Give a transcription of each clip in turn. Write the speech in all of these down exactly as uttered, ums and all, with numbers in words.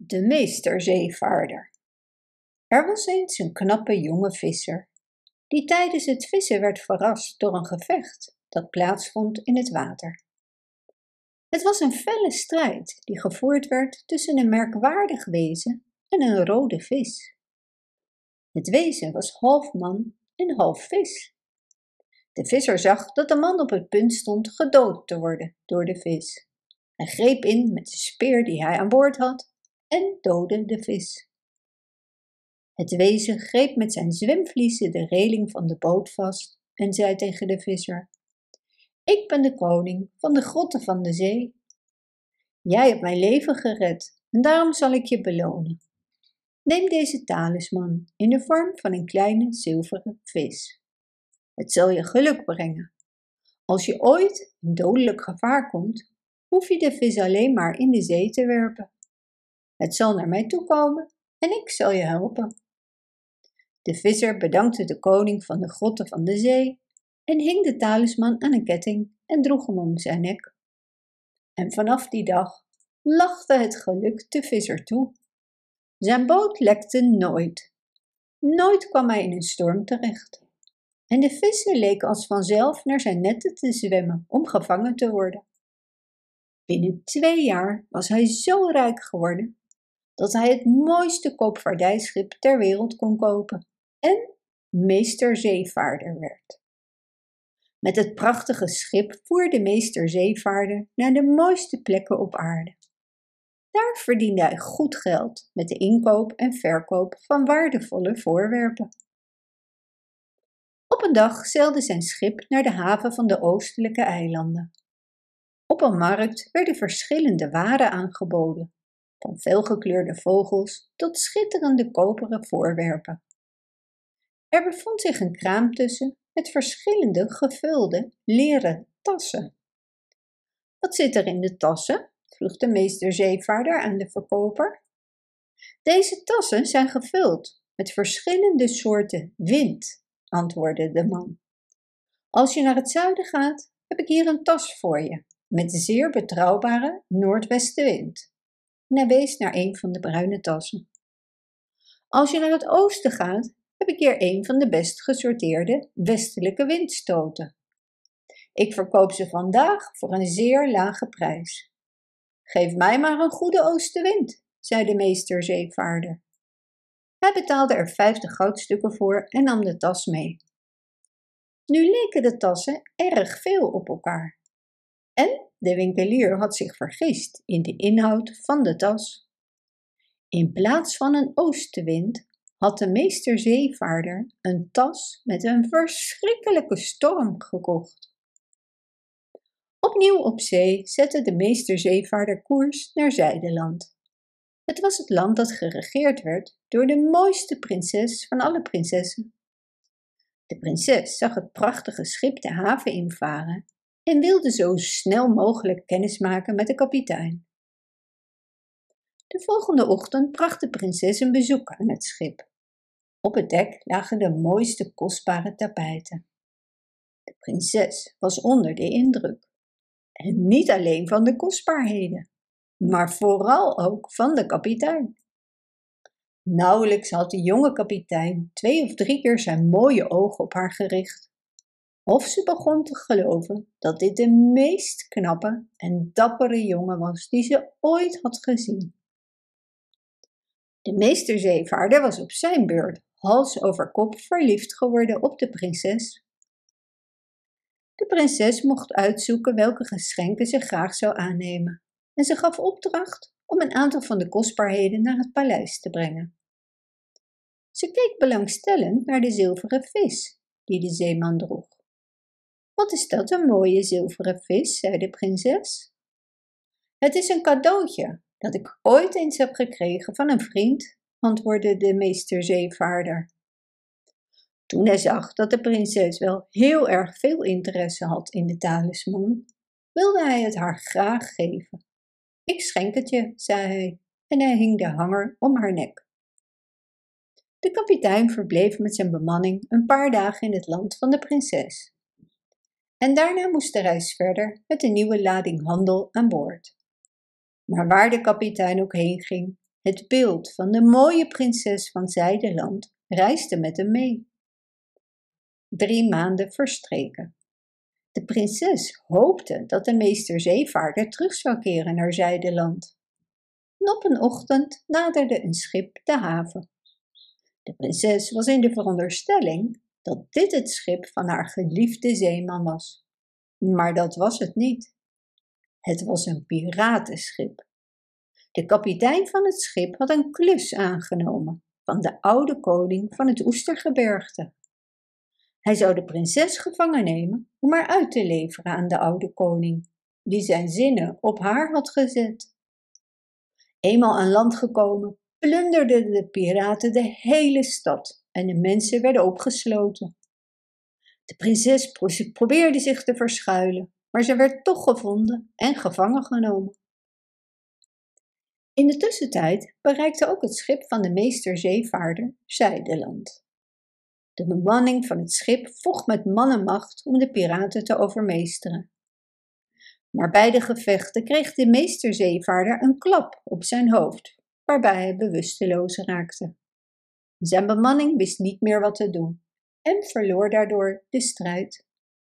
De meesterzeevaarder. Er was eens een knappe jonge visser, die tijdens het vissen werd verrast door een gevecht dat plaatsvond in het water. Het was een felle strijd die gevoerd werd tussen een merkwaardig wezen en een rode vis. Het wezen was half man en half vis. De visser zag dat de man op het punt stond gedood te worden door de vis. Hij greep in met de speer die hij aan boord had en doodde de vis. Het wezen greep met zijn zwemvliezen de reling van de boot vast en zei tegen de visser: "Ik ben de koning van de grotten van de zee. Jij hebt mijn leven gered en daarom zal ik je belonen. Neem deze talisman in de vorm van een kleine zilveren vis. Het zal je geluk brengen. Als je ooit in dodelijk gevaar komt, hoef je de vis alleen maar in de zee te werpen. Het zal naar mij toe komen en ik zal je helpen." De visser bedankte de koning van de grotten van de zee en hing de talisman aan een ketting en droeg hem om zijn nek. En vanaf die dag lachte het geluk de visser toe. Zijn boot lekte nooit. Nooit kwam hij in een storm terecht. En de vissen leken als vanzelf naar zijn netten te zwemmen om gevangen te worden. Binnen twee jaar was hij zo rijk geworden dat hij het mooiste koopvaardijschip ter wereld kon kopen en meesterzeevaarder werd. Met het prachtige schip voer de meesterzeevaarder naar de mooiste plekken op aarde. Daar verdiende hij goed geld met de inkoop en verkoop van waardevolle voorwerpen. Op een dag zeilde zijn schip naar de haven van de oostelijke eilanden. Op een markt werden verschillende waren aangeboden, van felgekleurde vogels tot schitterende koperen voorwerpen. Er bevond zich een kraam tussen met verschillende gevulde leren tassen. "Wat zit er in de tassen?" vroeg de meesterzeevaarder aan de verkoper. "Deze tassen zijn gevuld met verschillende soorten wind," antwoordde de man. "Als je naar het zuiden gaat, heb ik hier een tas voor je, met zeer betrouwbare noordwestenwind." En hij wees naar een van de bruine tassen. "Als je naar het oosten gaat, heb ik hier een van de best gesorteerde westelijke windstoten. Ik verkoop ze vandaag voor een zeer lage prijs." "Geef mij maar een goede oostenwind," zei de meesterzeevaarder. Hij betaalde er vijftig goudstukken voor en nam de tas mee. Nu leken de tassen erg veel op elkaar. En de winkelier had zich vergist in de inhoud van de tas. In plaats van een oostenwind had de meesterzeevaarder een tas met een verschrikkelijke storm gekocht. Opnieuw op zee zette de meesterzeevaarder koers naar Zijdeland. Het was het land dat geregeerd werd door de mooiste prinses van alle prinsessen. De prinses zag het prachtige schip de haven invaren en wilde zo snel mogelijk kennis maken met de kapitein. De volgende ochtend bracht de prinses een bezoek aan het schip. Op het dek lagen de mooiste kostbare tapijten. De prinses was onder de indruk. En niet alleen van de kostbaarheden, maar vooral ook van de kapitein. Nauwelijks had de jonge kapitein twee of drie keer zijn mooie ogen op haar gericht, of ze begon te geloven dat dit de meest knappe en dappere jongen was die ze ooit had gezien. De meesterzeevaarder was op zijn beurt hals over kop verliefd geworden op de prinses. De prinses mocht uitzoeken welke geschenken ze graag zou aannemen en ze gaf opdracht om een aantal van de kostbaarheden naar het paleis te brengen. Ze keek belangstellend naar de zilveren vis die de zeeman droeg. "Wat is dat, een mooie zilveren vis?" zei de prinses. "Het is een cadeautje dat ik ooit eens heb gekregen van een vriend," antwoordde de meesterzeevaarder. Toen hij zag dat de prinses wel heel erg veel interesse had in de talisman, wilde hij het haar graag geven. "Ik schenk het je," zei hij, en hij hing de hanger om haar nek. De kapitein verbleef met zijn bemanning een paar dagen in het land van de prinses. En daarna moest de reis verder met een nieuwe lading handel aan boord. Maar waar de kapitein ook heen ging, Het beeld van de mooie prinses van Zijdeland reisde met hem mee. Drie maanden verstreken. De prinses hoopte dat de meester zeevaarder terug zou keren naar Zijdeland. En op een ochtend naderde een schip de haven. De prinses was in de veronderstelling dat dit het schip van haar geliefde zeeman was. Maar dat was het niet. Het was een piratenschip. De kapitein van het schip had een klus aangenomen van de oude koning van het Oestergebergte. Hij zou de prinses gevangen nemen om haar uit te leveren aan de oude koning, die zijn zinnen op haar had gezet. Eenmaal aan land gekomen, plunderden de piraten de hele stad en de mensen werden opgesloten. De prinses probeerde zich te verschuilen, maar ze werd toch gevonden en gevangen genomen. In de tussentijd bereikte ook het schip van de meester zeevaarder Zijdeland. De bemanning van het schip vocht met man en macht om de piraten te overmeesteren. Maar bij de gevechten kreeg de meester zeevaarder een klap op zijn hoofd, waarbij hij bewusteloos raakte. Zijn bemanning wist niet meer wat te doen en verloor daardoor de strijd.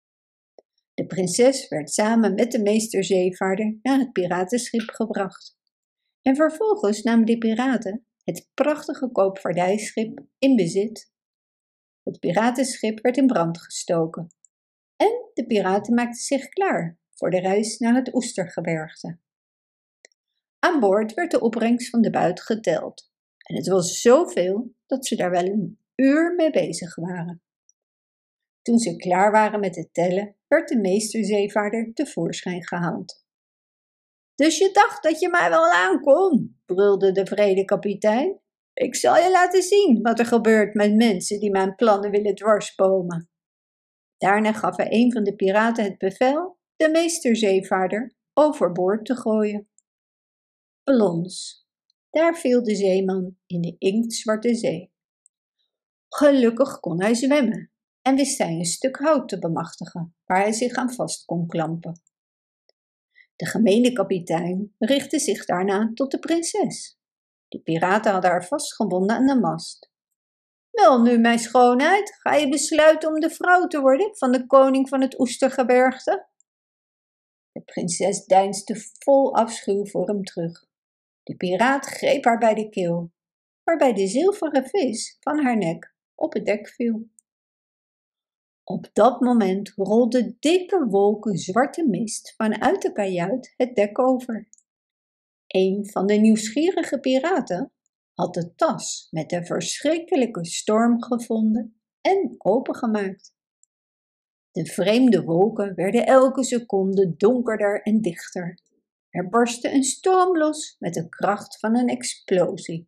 De prinses werd samen met de meester zeevaarder naar het piratenschip gebracht. En vervolgens namen de piraten het prachtige koopvaardijschip in bezit. Het piratenschip werd in brand gestoken en de piraten maakten zich klaar voor de reis naar het Oestergebergte. Aan boord werd de opbrengst van de buit geteld en het was zoveel dat ze daar wel een uur mee bezig waren. Toen ze klaar waren met het tellen, werd de meesterzeevaarder tevoorschijn gehaald. Dus je dacht dat je mij wel aankon, brulde de wrede kapitein. Ik zal je laten zien wat er gebeurt met mensen die mijn plannen willen dwarsbomen. Daarna gaf hij een van de piraten het bevel de meesterzeevaarder overboord te gooien. Plons, daar viel de zeeman in de inktzwarte zee. Gelukkig kon hij zwemmen en wist hij een stuk hout te bemachtigen waar hij zich aan vast kon klampen. De gemene kapitein richtte zich daarna tot de prinses. De piraten hadden haar vastgebonden aan de mast. Welnu, mijn schoonheid, ga je besluiten om de vrouw te worden van de koning van het Oestergebergte? De prinses deinsde vol afschuw voor hem terug. De piraat greep haar bij de keel, waarbij de zilveren vis van haar nek op het dek viel. Op dat moment rolden dikke wolken zwarte mist vanuit de kajuit het dek over. Een van de nieuwsgierige piraten had de tas met de verschrikkelijke storm gevonden en opengemaakt. De vreemde wolken werden elke seconde donkerder en dichter. Er barstte een storm los met de kracht van een explosie.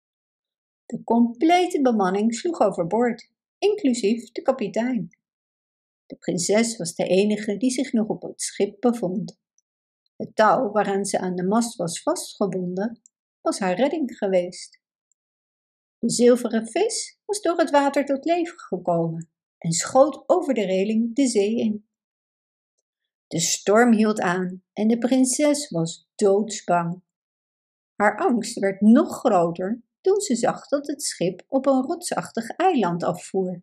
De complete bemanning sloeg overboord, inclusief de kapitein. De prinses was de enige die zich nog op het schip bevond. Het touw waaraan ze aan de mast was vastgebonden, was haar redding geweest. De zilveren vis was door het water tot leven gekomen en schoot over de reling de zee in. De storm hield aan en de prinses was doodsbang. Haar angst werd nog groter toen ze zag dat het schip op een rotsachtig eiland afvoer.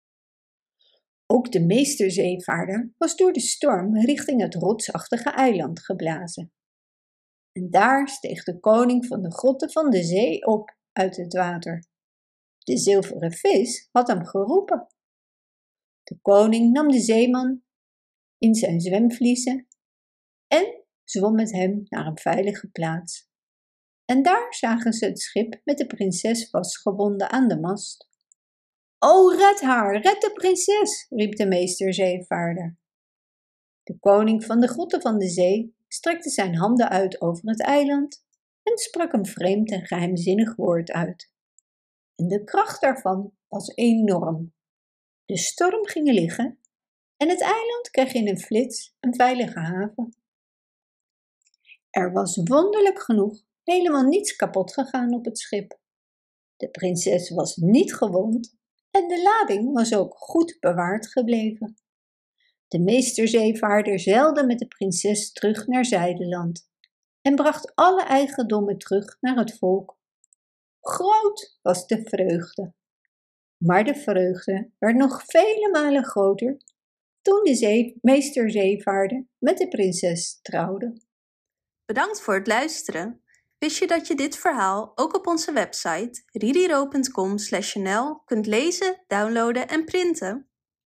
Ook de meesterzeevaarder was door de storm richting het rotsachtige eiland geblazen. En daar steeg de koning van de grotten van de zee op uit het water. De zilveren vis had hem geroepen. De koning nam de zeeman in zijn zwemvliezen en zwom met hem naar een veilige plaats. En daar zagen ze het schip met de prinses vastgebonden aan de mast. O, red haar, red de prinses, riep de meesterzeevaarder. De koning van de grotten van de zee strekte zijn handen uit over het eiland en sprak een vreemd en geheimzinnig woord uit. En de kracht daarvan was enorm. De storm ging liggen en het eiland kreeg in een flits een veilige haven. Er was wonderlijk genoeg helemaal niets kapot gegaan op het schip. De prinses was niet gewond en de lading was ook goed bewaard gebleven. De meesterzeevaarder zeilde met de prinses terug naar Zijdeland en bracht alle eigendommen terug naar het volk Groot was de vreugde. Maar de vreugde werd nog vele malen groter toen de zee, meester zeevaarder met de prinses trouwde. Bedankt voor het luisteren. Wist je dat je dit verhaal ook op onze website ririro punt com slash n l kunt lezen, downloaden en printen?